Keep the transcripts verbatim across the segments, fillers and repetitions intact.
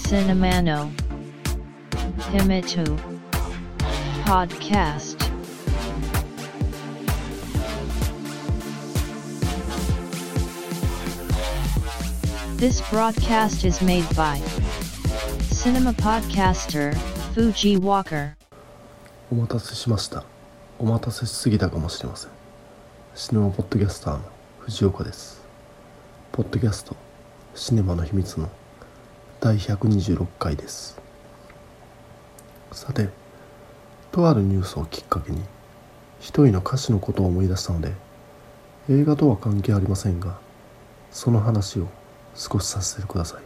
Cinemano Himitu Podcast This broadcast is made by Cinema Podcaster Fuji Walker お待たせしました。お待たせしすぎたかもしれません。シネマポッドキャスターの藤岡です。ポッドキャストシネマの秘密のだいひゃくにじゅうろっかいです。さて、とあるニュースをきっかけに一人の歌手のことを思い出したので、映画とは関係ありませんが、その話を少しさせてください。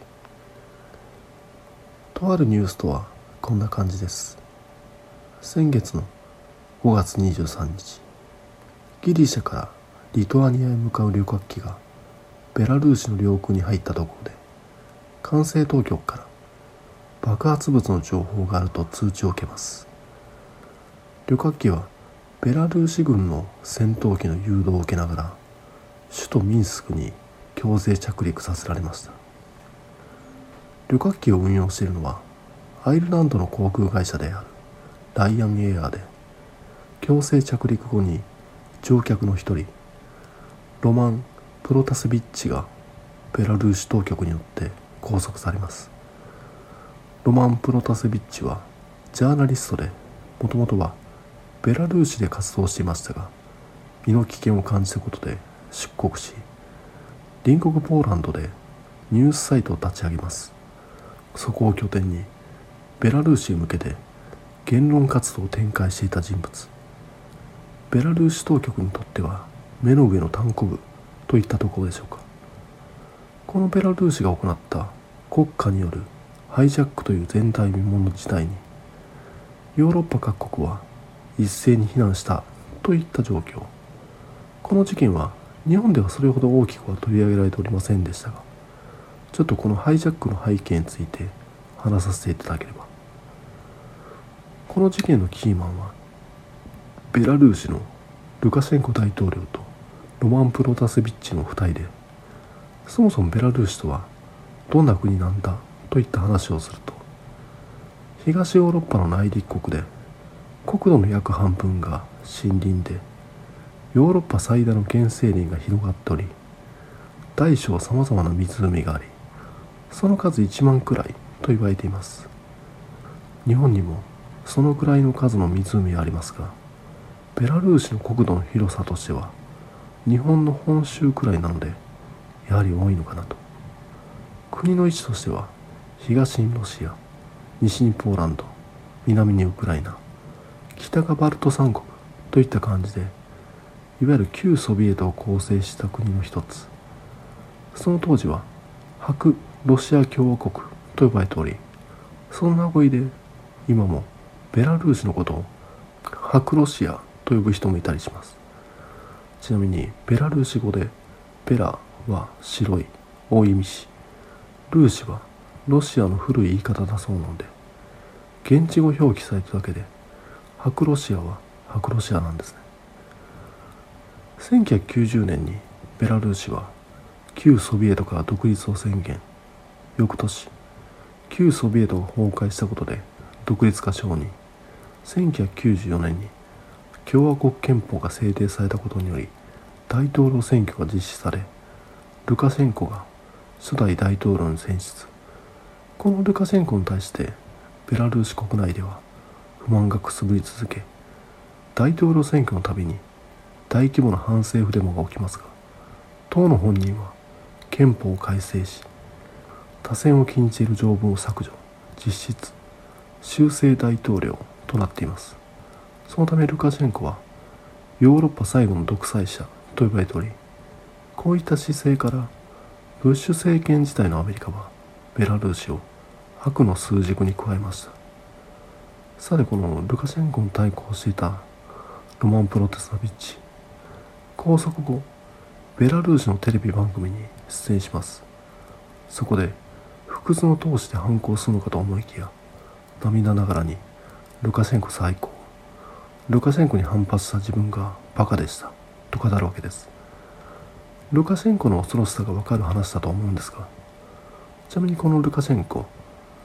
とあるニュースとはこんな感じです。先月のごがつにじゅうさんにち、ギリシャからリトアニアへ向かう旅客機がベラルーシの領空に入ったところで、管制当局から爆発物の情報があると通知を受けます。旅客機はベラルーシ軍の戦闘機の誘導を受けながら首都ミンスクに強制着陸させられました。旅客機を運用しているのはアイルランドの航空会社であるライアンエアーで、強制着陸後に乗客の一人ロマン・プロタセビッチがベラルーシ当局によって拘束されます。ロマン・プロタセビッチはジャーナリストで、もともとはベラルーシで活動していましたが、身の危険を感じたことで出国し、隣国ポーランドでニュースサイトを立ち上げます。そこを拠点にベラルーシに向けて言論活動を展開していた人物。ベラルーシ当局にとっては目の上のたんこぶといったところでしょうか。このベラルーシが行った国家によるハイジャックという前代未聞の事態に、ヨーロッパ各国は一斉に非難したといった状況。この事件は日本ではそれほど大きくは取り上げられておりませんでしたが、ちょっとこのハイジャックの背景について話させていただければ。この事件のキーマンはベラルーシのルカシェンコ大統領とロマン・プロタセビッチのふたりで、そもそもベラルーシとはどんな国なんだといった話をすると、東ヨーロッパの内陸国で国土の約半分が森林で、ヨーロッパ最大の原生林が広がっており、大小さまざまな湖があり、その数いちまんくらいと言われています。日本にもそのくらいの数の湖はありますが、ベラルーシの国土の広さとしては日本の本州くらいなので、やはり多いのかなと。国の位置としては東にロシア、西にポーランド、南にウクライナ、北がバルト三国といった感じで、いわゆる旧ソビエトを構成した国の一つ。その当時は白ロシア共和国と呼ばれており、その名残で今もベラルーシのことを白ロシアと呼ぶ人もいたりします。ちなみにベラルーシ語でベラは白い、大意味し、ルーシはロシアの古い言い方だそうなので、現地語表記されただけで白ロシアは白ロシアなんですね。せんきゅうひゃくきゅうじゅうねんにベラルーシは旧ソビエトから独立を宣言。翌年、旧ソビエトが崩壊したことで独立が承認。せんきゅうひゃくきゅうじゅうよねんに共和国憲法が制定されたことにより大統領選挙が実施され、ルカシェンコが初代大統領に選出。このルカシェンコに対してベラルーシ国内では不満がくすぶり続け、大統領選挙のたびに大規模な反政府デモが起きますが、当の本人は憲法を改正し、多選を禁じている条文を削除、実質修正大統領となっています。そのためルカシェンコはヨーロッパ最後の独裁者と呼ばれており、こういった姿勢からブッシュ政権時代のアメリカはベラルーシを悪の枢軸に加えました。さて、このルカシェンコに対抗していたロマン・プロテサビッチ、拘束後ベラルーシのテレビ番組に出演します。そこで不屈の闘志で反抗するのかと思いきや、涙ながらにルカシェンコ最高、ルカシェンコに反発した自分がバカでしたと語るわけです。ルカシェンコの恐ろしさがわかる話だと思うんですが、ちなみにこのルカシェンコ、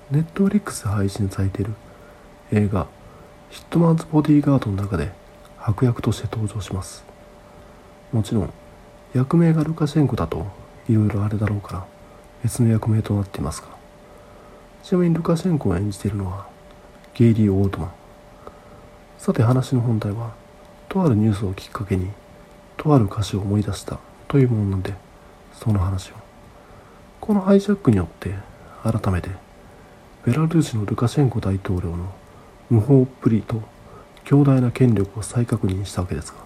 ネットフリックスで配信されている映画ヒットマンズボディーガードの中で悪役として登場します。もちろん役名がルカシェンコだといろいろあれだろうから別の役名となっていますが、ちなみにルカシェンコを演じているのはゲイリー・オートマン。さて話の本題は、とあるニュースをきっかけにとある歌詞を思い出したというものなので、その話を。このハイジャックによって改めてベラルーシのルカシェンコ大統領の無法っぷりと強大な権力を再確認したわけですが、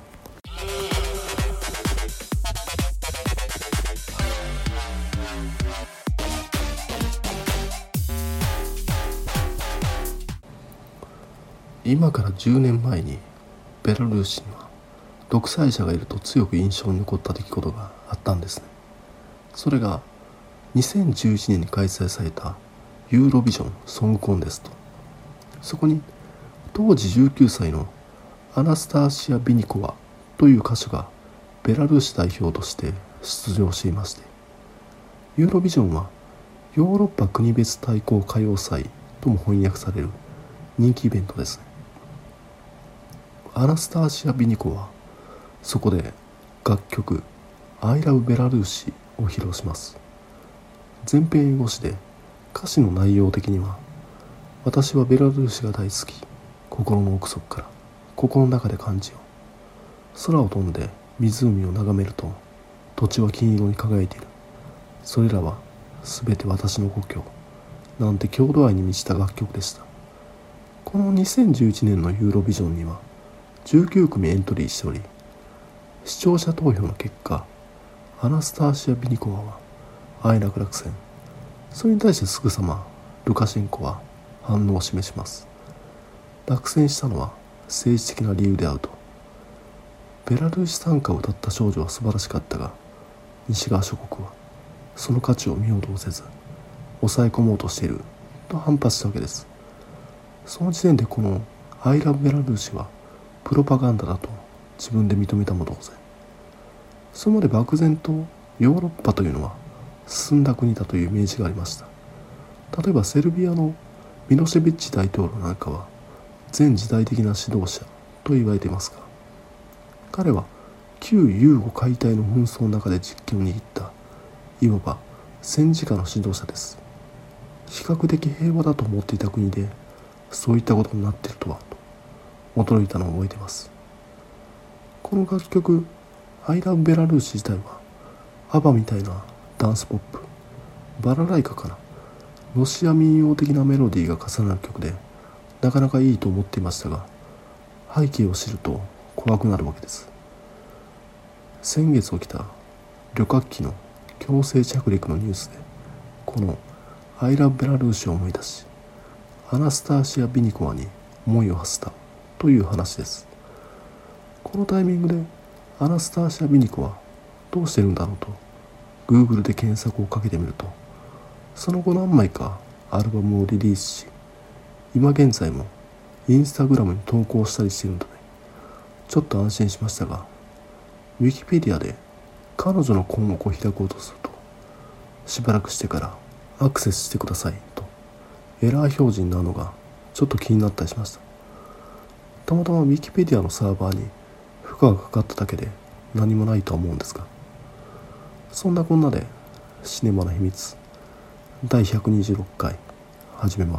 今からじゅうねんまえにベラルーシには独裁者がいると強く印象に残った出来事があったんですね。それがにせんじゅういちねんに開催されたユーロビジョンソングコンテスト。そこに当時じゅうきゅうさいのアナスターシア・ビニコワという歌手がベラルーシ代表として出場していまして、ユーロビジョンはヨーロッパ国別対抗歌謡祭とも翻訳される人気イベントですね。アナスターシア・ビニコはそこで楽曲 I Love Belarus を披露します。全編英語詞で、歌詞の内容的には、私はベラルーシが大好き、心の奥底から心の中で感じよう。空を飛んで湖を眺めると土地は金色に輝いている。それらはすべて私の故郷、なんて郷土愛に満ちた楽曲でした。このにせんじゅういちねんのユーロビジョンにはじゅうきゅうくみエントリーしており、視聴者投票の結果、アナスターシア・ビニコワはあえなく落選。それに対してすぐさまルカシェンコは反応を示します。落選したのは政治的な理由であると。ベラルーシ賛歌を歌った少女は素晴らしかったが、西側諸国はその価値を見ようとせず抑え込もうとしていると反発したわけです。その時点でこの I Love ベラルーシはプロパガンダだと自分で認めたも同然。それまで漠然とヨーロッパというのは進んだ国だというイメージがありました。例えばセルビアのミロシェビッチ大統領なんかは前時代的な指導者と言われていますが、彼は旧ユーゴ解体の紛争の中で実権を握ったいわば戦時下の指導者です。比較的平和だと思っていた国でそういったことになっているとはと驚いたのを覚えています。この楽曲 I Love ベラルーシ自体はアバみたいなダンスポップ、バラライカかな、ロシア民謡的なメロディーが重なる曲でなかなかいいと思っていましたが、背景を知ると怖くなるわけです。先月起きた旅客機の強制着陸のニュースでこの I Love ベラルーシを思い出し、アナスターシア・ビニコワに思いを馳せたという話です。このタイミングでアナスターシア・ビニコはどうしてるんだろうと Google で検索をかけてみると、その後何枚かアルバムをリリースし、今現在もインスタグラムに投稿したりしているのでちょっと安心しましたが、ウィキペディアで彼女の項目を開こうとすると、しばらくしてからアクセスしてくださいとエラー表示になるのがちょっと気になったりしました。たまたまウィキペディアのサーバーに負荷がかかっただけで何もないとは思うんですが、そんなこんなでシネマの秘密だいひゃくにじゅうろっかい始めます。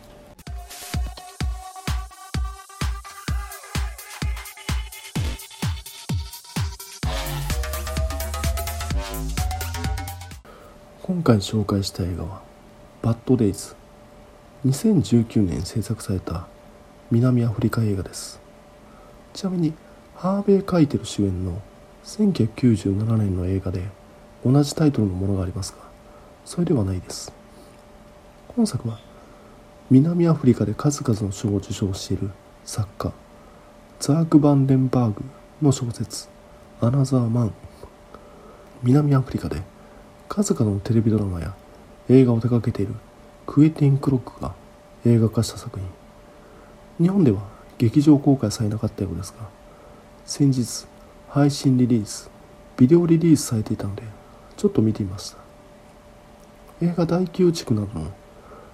今回紹介した映画はバッドデイズ。にせんじゅうきゅうねん制作された南アフリカ映画です。ちなみにハーベイ・カイテル主演のせんきゅうひゃくきゅうじゅうななねんの映画で同じタイトルのものがありますが、それではないです。本作は南アフリカで数々の賞を受賞している作家ザーク・バンデンバーグの小説アナザー・マン。南アフリカで数々のテレビドラマや映画を手掛けているクエティン・クロックが映画化した作品。日本では劇場公開されなかったようですが、先日配信リリース、ビデオリリースされていたのでちょっと見てみました。映画第きゅう地区などの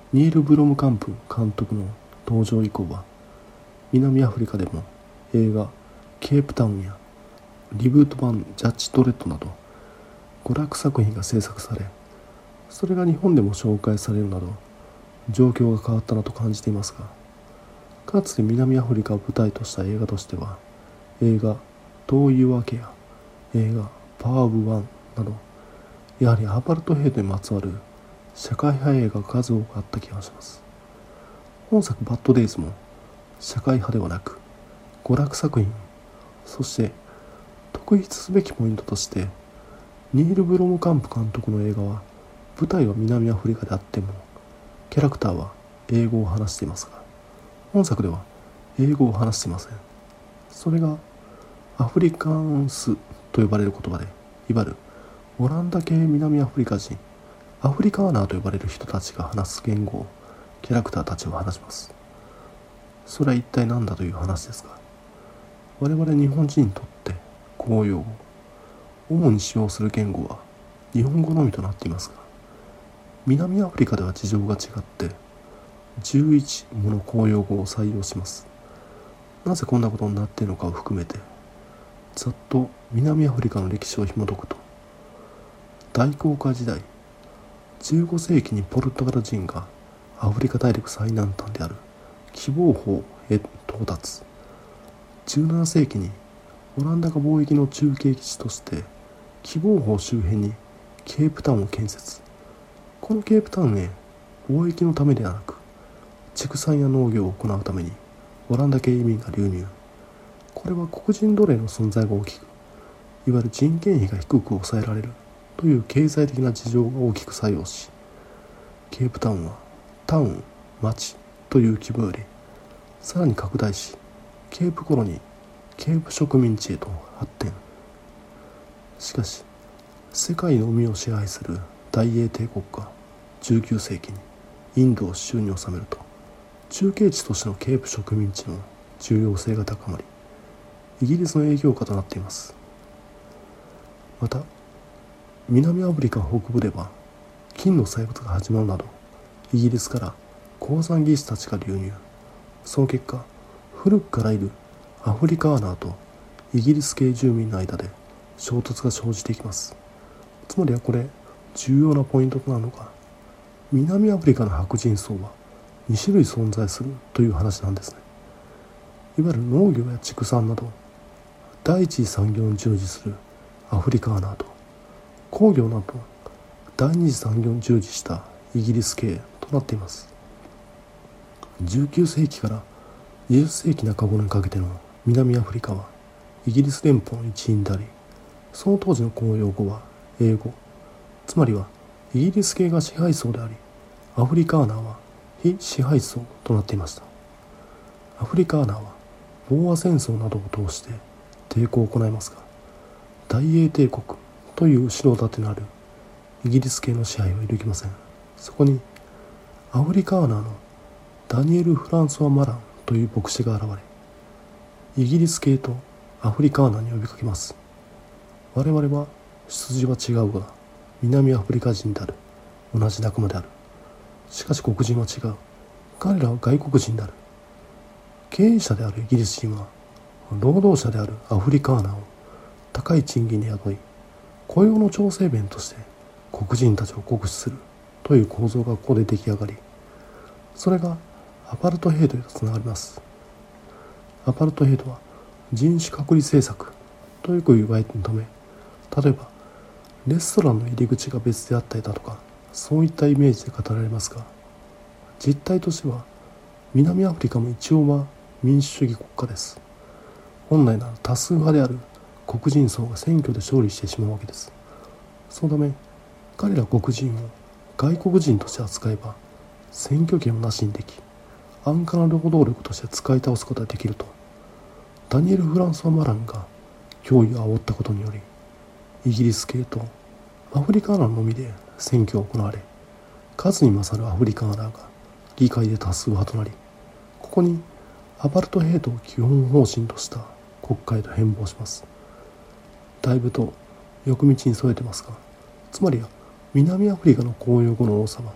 ニール・ブロムカンプ監督の登場以降は、南アフリカでも映画ケープタウンやリブート版ジャッジ・ドレッドなど娯楽作品が制作され、それが日本でも紹介されるなど状況が変わったなと感じていますが、かつて南アフリカを舞台とした映画としては、映画遠い夜明けや映画パワーオブワンなど、やはりアパルトヘイトにまつわる社会派映画が数多くあった気がします。本作バッドデイズも社会派ではなく娯楽作品、そして特筆すべきポイントとして、ニール・ブロムカンプ監督の映画は舞台は南アフリカであってもキャラクターは英語を話していますが、本作では英語を話していません。それがアフリカンスと呼ばれる言葉で、いわゆるオランダ系南アフリカ人、アフリカーナーと呼ばれる人たちが話す言語をキャラクターたちは話します。それは一体何だという話ですが、我々日本人にとって公用語、主に使用する言語は日本語のみとなっていますが、南アフリカでは事情が違ってじゅういちもの公用語を採用します。なぜこんなことになっているのかを含めて、ざっと南アフリカの歴史を紐解くと、大航海時代、じゅうごせいきにポルトガル人がアフリカ大陸最南端である喜望峰へ到達。じゅうななせいきにオランダが貿易の中継基地として喜望峰周辺にケープタウンを建設。このケープタウンへ貿易のためではなく畜産や農業を行うためにオランダ系移民が流入。これは黒人奴隷の存在が大きく、いわゆる人件費が低く抑えられるという経済的な事情が大きく作用し、ケープタウンはタウン、町という規模よりさらに拡大し、ケープコロニー、ケープ植民地へと発展。しかし世界の海を支配する大英帝国がじゅうきゅうせいきにインドを手中に収めると、中継地としてのケープ植民地の重要性が高まり、イギリスの影響下となっています。また南アフリカ北部では金の採掘が始まるなど、イギリスから鉱山技師たちが流入。その結果、古くからいるアフリカーナーとイギリス系住民の間で衝突が生じていきます。つまりはこれ重要なポイントとなるのが、南アフリカの白人層はにしゅるい存在するという話なんですね。いわゆる農業や畜産など第一次産業に従事するアフリカーナーと、工業など第二次産業に従事したイギリス系となっています。じゅうきゅうせいきからにじゅっせいき中頃にかけての南アフリカはイギリス連邦の一員であり、その当時の公用語は英語、つまりはイギリス系が支配層であり、アフリカーナーは非支配層となっていました。アフリカーナーはボーア戦争などを通して抵抗を行いますが、大英帝国という後ろ盾のあるイギリス系の支配を揺るぎません。そこにアフリカーナーのダニエル・フランソワ・マランという牧師が現れ、イギリス系とアフリカーナーに呼びかけます。我々は出自は違うが南アフリカ人である。同じ仲間である。しかし黒人は違う。彼らは外国人である。経営者であるイギリス人は労働者であるアフリカーナーを高い賃金に雇い、雇用の調整弁として黒人たちを酷使するという構造がここで出来上がり、それがアパルトヘイトへとつながります。アパルトヘイトは人種隔離政策とよく言われているため、例えばレストランの入り口が別であったりだとか、そういったイメージで語られますが、実態としては南アフリカも一応は民主主義国家です。本来なら多数派である黒人層が選挙で勝利してしまうわけです。そのため彼ら黒人を外国人として扱えば選挙権をなしにでき、安価な労働力として使い倒すことができるとダニエル・フランソワ・マランが脅威を煽ったことにより、イギリス系とアフリカーナーのみで選挙が行われ、数に勝るアフリカーナーが議会で多数派となり、ここにアパルトヘイトを基本方針とした国会と変貌します。だいぶと欲道に添えてますが、つまりは南アフリカの公用語の多さは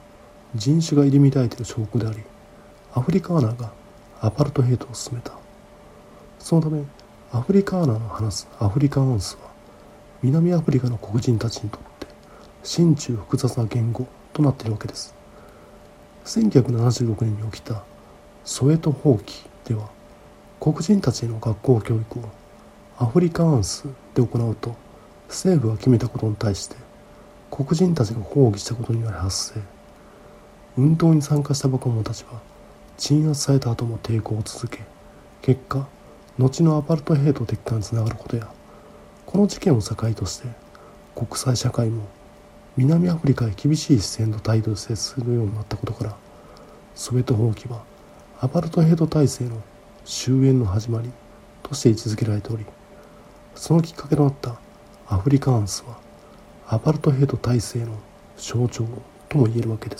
人種が入り乱れている証拠であり、アフリカーナーがアパルトヘイトを進めた。そのためアフリカーナーの話すアフリカンアンスは南アフリカの黒人たちにとって心中複雑な言語となっているわけです。せんきゅうひゃくななじゅうろくねんに起きたソウェト蜂起では、黒人たちへの学校教育をアフリカンアンスで行うと政府が決めたことに対して黒人たちが抗議したことにより発生。運動に参加した若者たちは鎮圧された後も抵抗を続け、結果後のアパルトヘイト撤回につながることや、この事件を境として国際社会も南アフリカへ厳しい視線と態度で接するようになったことから、ソウェト蜂起はアパルトヘイト体制の終焉の始まりとして位置づけられており、そのきっかけとなったアフリカンスはアパルトヘイト体制の象徴とも言えるわけです。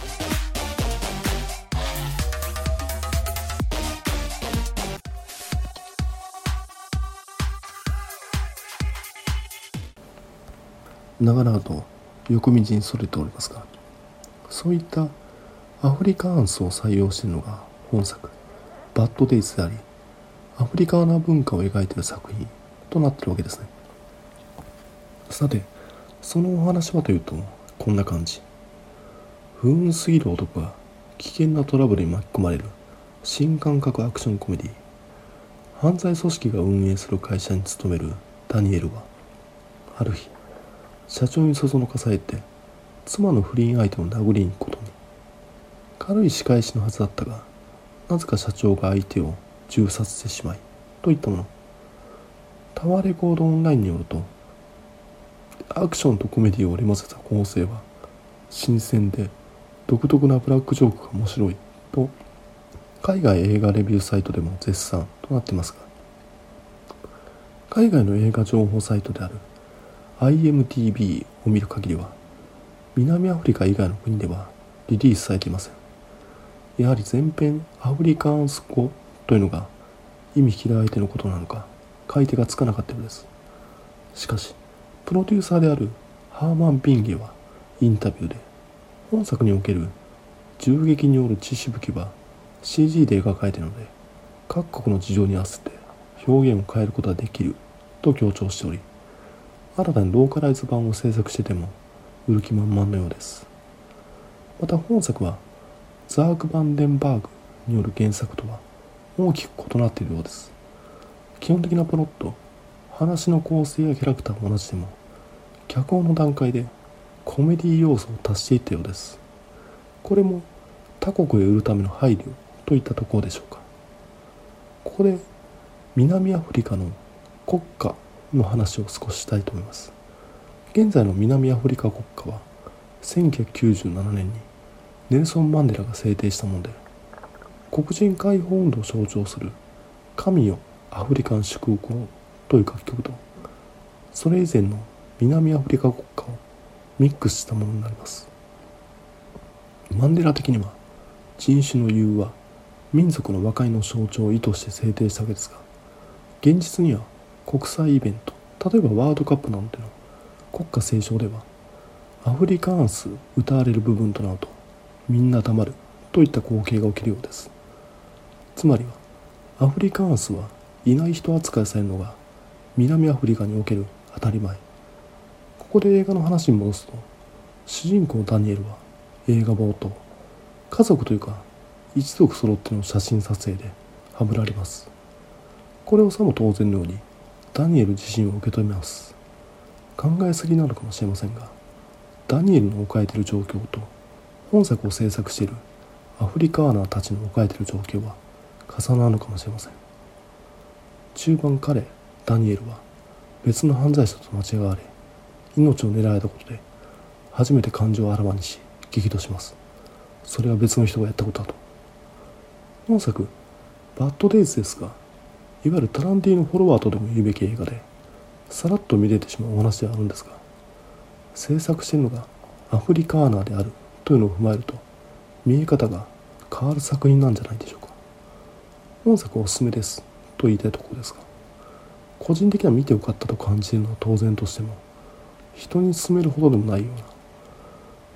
長々と横道にそれておりますが、そういったアフリカンスを採用しているのが本作バッドデイズであり、アフリカーナ文化を描いている作品となっているわけですね。さて、そのお話はというとこんな感じ。不運すぎる男が危険なトラブルに巻き込まれる新感覚アクションコメディ。犯罪組織が運営する会社に勤めるダニエルは、ある日社長にそそのかされて妻の不倫相手を殴りに行くことに。軽い仕返しのはずだったが、なぜか社長が相手を銃殺してしまいといったもの。タワーレコードオンラインによると、アクションとコメディを織り交ぜた構成は新鮮で独特なブラックジョークが面白いと海外映画レビューサイトでも絶賛となっていますが、海外の映画情報サイトである アイエムディービー を見る限りは、南アフリカ以外の国ではリリースされていません。やはり全編アフリカンス語というのが意味嫌いてのことなのか、買い手がつかなかったようです。しかしプロデューサーであるハーマン・ビンゲはインタビューで、本作における銃撃による血しぶきは シージー で描かれているので、各国の事情に合わせて表現を変えることができると強調しており、新たにローカライズ版を制作してでも売る気満々のようです。また本作はザーク・バンデンバーグによる原作とは大きく異なっているようです。基本的なプロット、話の構成やキャラクターも同じでも、脚本の段階でコメディ要素を足していったようです。これも他国へ売るための配慮といったところでしょうか。ここで南アフリカの国家の話を少ししたいと思います。現在の南アフリカ国家はせんきゅうひゃくきゅうじゅうななねんにネルソン・マンデラが制定したもので、黒人解放運動を象徴する神よアフリカン祝福をという楽曲と、それ以前の南アフリカ国家をミックスしたものになります。マンデラ的には人種の融和、民族の和解の象徴を意図して制定したわけですが、現実には国際イベント、例えばワールドカップなどでの国歌斉唱ではアフリカンス歌われる部分となるとみんな黙るといった光景が起きるようです。つまりはアフリカンスはいない人扱いされるのが南アフリカにおける当たり前。ここで映画の話に戻すと、主人公ダニエルは映画冒頭、家族というか一族揃っての写真撮影ではぶられます。これをさも当然のようにダニエル自身を受け止めます。考えすぎなのかもしれませんが、ダニエルの置かれている状況と本作を制作しているアフリカーナーたちの置かれている状況は重なるのかもしれません。中盤彼、ダニエルは別の犯罪者と間違われ、命を狙われたことで初めて感情をあらわにし激怒します。それは別の人がやったことだと。本作バッドデイズですが、いわゆるタランティーノフォロワーとでも言うべき映画で、さらっと見れてしまうお話ではあるんですが、制作しているのがアフリカーナーであるというのを踏まえると、見え方が変わる作品なんじゃないでしょうか。本作おすすめですと言いたいところですが、個人的には見てよかったと感じるのは当然としても、人に勧めるほどでもないような、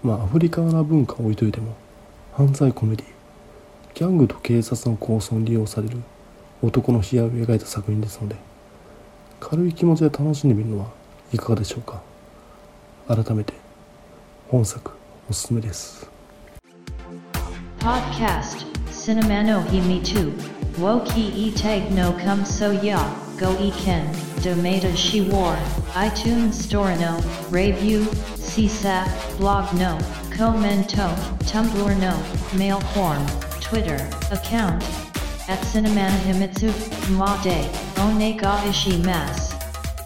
まあアフリカな文化を置いといても、犯罪コメディ、ギャングと警察の抗争に利用される男の悲哀を描いた作品ですので、軽い気持ちで楽しんでみるのはいかがでしょうか。改めて本作おすすめです。 Podcast Cinema no Himi two Woki e tag no come so ya Go e ken Domata shi war iTunes Store no Review C S A P Blog no Commento Tumblr no Mail form Twitter account at Cinemana Himitsu Ma de Onega Ishimasu。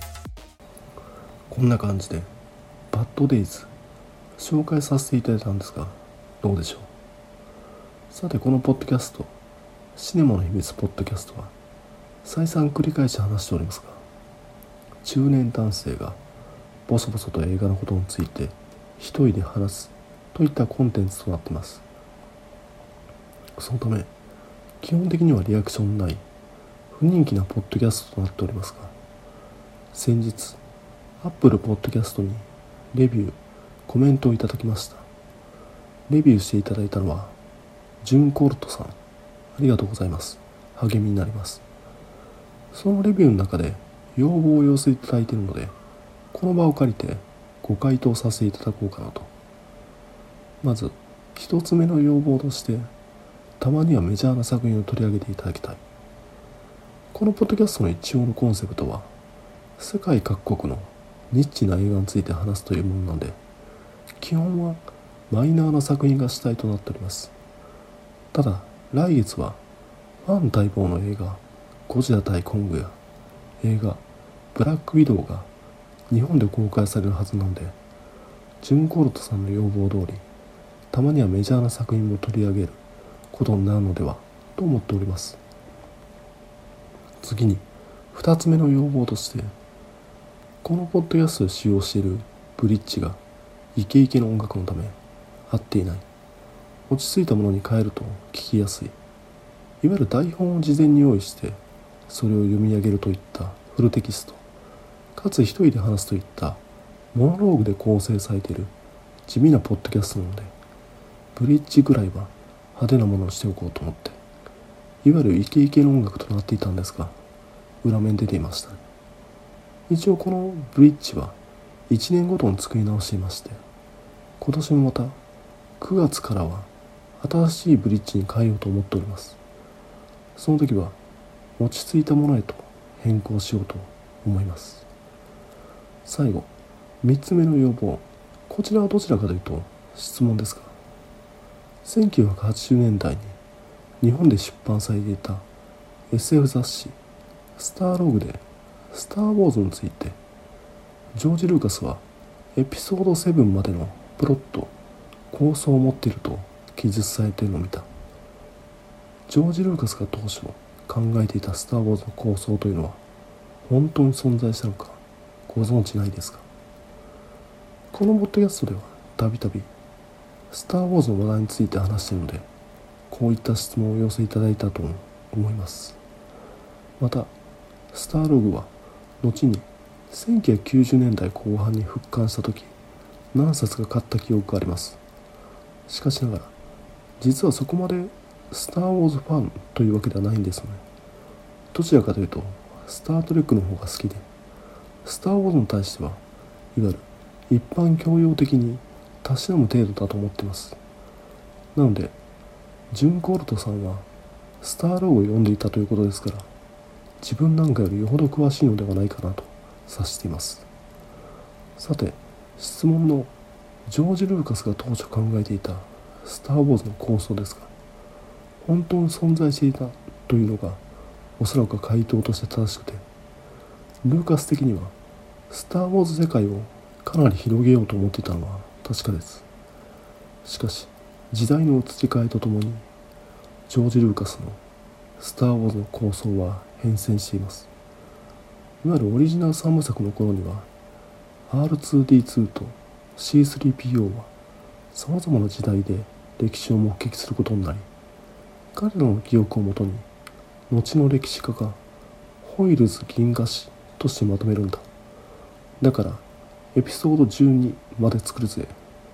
こんな感じでバッドデイズ紹介させていただいたんですが、どうでしょう。さて、このポッドキャスト、シネマの秘密ポッドキャストは再三繰り返し話しておりますが、中年男性がボソボソと映画のことについて一人で話すといったコンテンツとなっています。そのため基本的にはリアクションない不人気なポッドキャストとなっておりますが、先日アップルポッドキャストにレビューコメントをいただきました。レビューしていただいたのはジュンコルトさん、ありがとうございます。励みになります。そのレビューの中で要望を寄せていただいているので、この場を借りてご回答させていただこうかなと。まず一つ目の要望として、たまにはメジャーな作品を取り上げていただきたい。このポッドキャストの一応のコンセプトは、世界各国のニッチな映画について話すというものなので、基本はマイナーな作品が主体となっております。ただ来月はファン待望の映画ゴジラ対コングや映画ブラックウィドウが日本で公開されるはずなので、ジュンコルトさんの要望通りたまにはメジャーな作品も取り上げることになるのではと思っております。次にふたつめの要望として、このポッドキャストで使用しているブリッジがイケイケの音楽のため合っていない、落ち着いたものに変えると聞きやすい、いわゆる台本を事前に用意してそれを読み上げるといったフルテキストかつ一人で話すといったモノローグで構成されている地味なポッドキャストなので、ブリッジぐらいは派手なものをしておこうと思って、いわゆるイケイケの音楽となっていたんですが、裏面出ていましたね。一応このブリッジはいちねんごとに作り直していまして、今年もまたくがつからは新しいブリッジに変えようと思っております。その時は落ち着いたものへと変更しようと思います。最後みっつめの要望、こちらはどちらかというと質問ですが、せんきゅうひゃくはちじゅうねんだいに日本で出版されていた エスエフ 雑誌スターログでスターウォーズについて、ジョージ・ルーカスはエピソードセブンまでのプロット構想を持っていると記述されているのを見た。ジョージ・ルーカスが当初考えていたスター・ウォーズの構想というのは本当に存在したのかご存知ないですか。このポッドキャストではたびたびスター・ウォーズの話題について話しているので、こういった質問をお寄せいただいたと思います。またスターログは後にせんきゅうひゃくきゅうじゅうねんだいこう半に復刊した時何冊か買った記憶があります。しかしながら実はそこまでスター・ウォーズファンというわけではないんですよね。どちらかというとスター・トレックの方が好きで、スター・ウォーズに対してはいわゆる一般教養的にたしなむ程度だと思っています。なのでジュン・コルトさんはスターログを読んでいたということですから、自分なんかよりよほど詳しいのではないかなと察しています。さて、質問のジョージ・ルーカスが当初考えていたスター・ウォーズの構想ですが、本当に存在していたというのがおそらく回答として正しくて、ルーカス的にはスター・ウォーズ世界をかなり広げようと思っていたのは確かです。しかし時代の移り変えとともにジョージ・ルーカスのスター・ウォーズの構想は変遷しています。いわゆるオリジナルさんぶさくの頃には アールツーディーツー と シースリーピーオー はさまざまな時代で歴史を目撃することになり、彼らの記憶をもとに後の歴史家がホイルズ銀河史としてまとめるんだ。だからエピソードじゅうにまで作るぜ。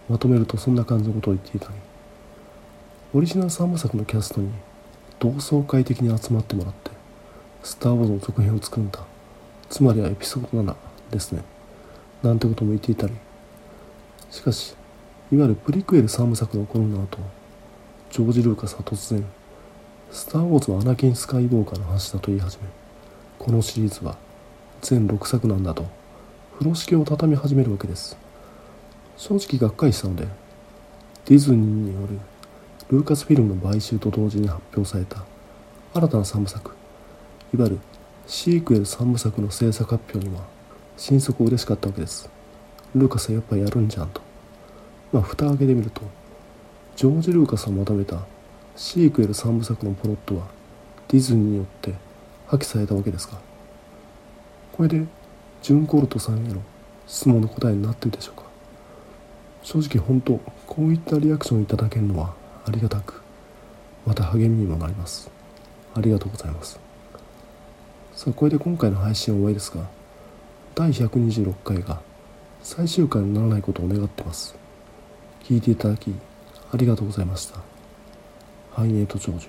まとめるとそんな感じのことを言っていたり、オリジナルさんぶさくのキャストに同窓会的に集まってもらってスター・ウォーズの続編を作るんだ、つまりはエピソードななですね、なんてことも言っていたり、しかしいわゆるプリクエルさんぶさくの頃の後、ジョージ・ルーカスは突然スター・ウォーズはアナキン・スカイウォーカーの話だと言い始め、このシリーズは全ろくさくなんだと風呂敷を畳み始めるわけです。正直がっかりしたので、ディズニーによるルーカスフィルムの買収と同時に発表された新たなさんぶさく、いわゆるシークエルさんぶさくの制作発表には心底嬉しかったわけです。ルーカスはやっぱりやるんじゃんと。まあ蓋を開けてみると、ジョージ・ルーカスをまとめたシークエルさんぶさくのプロットはディズニーによって破棄されたわけですが、これでジュン・コルトさんへの質問の答えになっているでしょうか。正直本当こういったリアクションをいただけるのはありがたく、また励みにもなります。ありがとうございます。さあ、これで今回の配信は終わりですが、だいひゃくにじゅうろっかいが最終回にならないことを願ってます。聞いていただきありがとうございました。繁栄と長寿。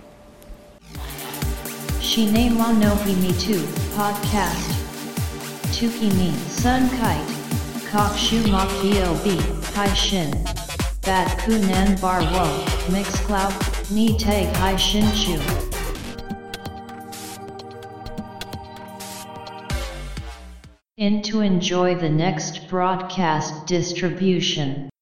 Shine wa no himi tu podcast. Tukimi sun kite. Kokshu mok bob hai shin. Bat kunan bar wo mix cloud ni tag hai shin chu. In to enjoy the next broadcast distribution.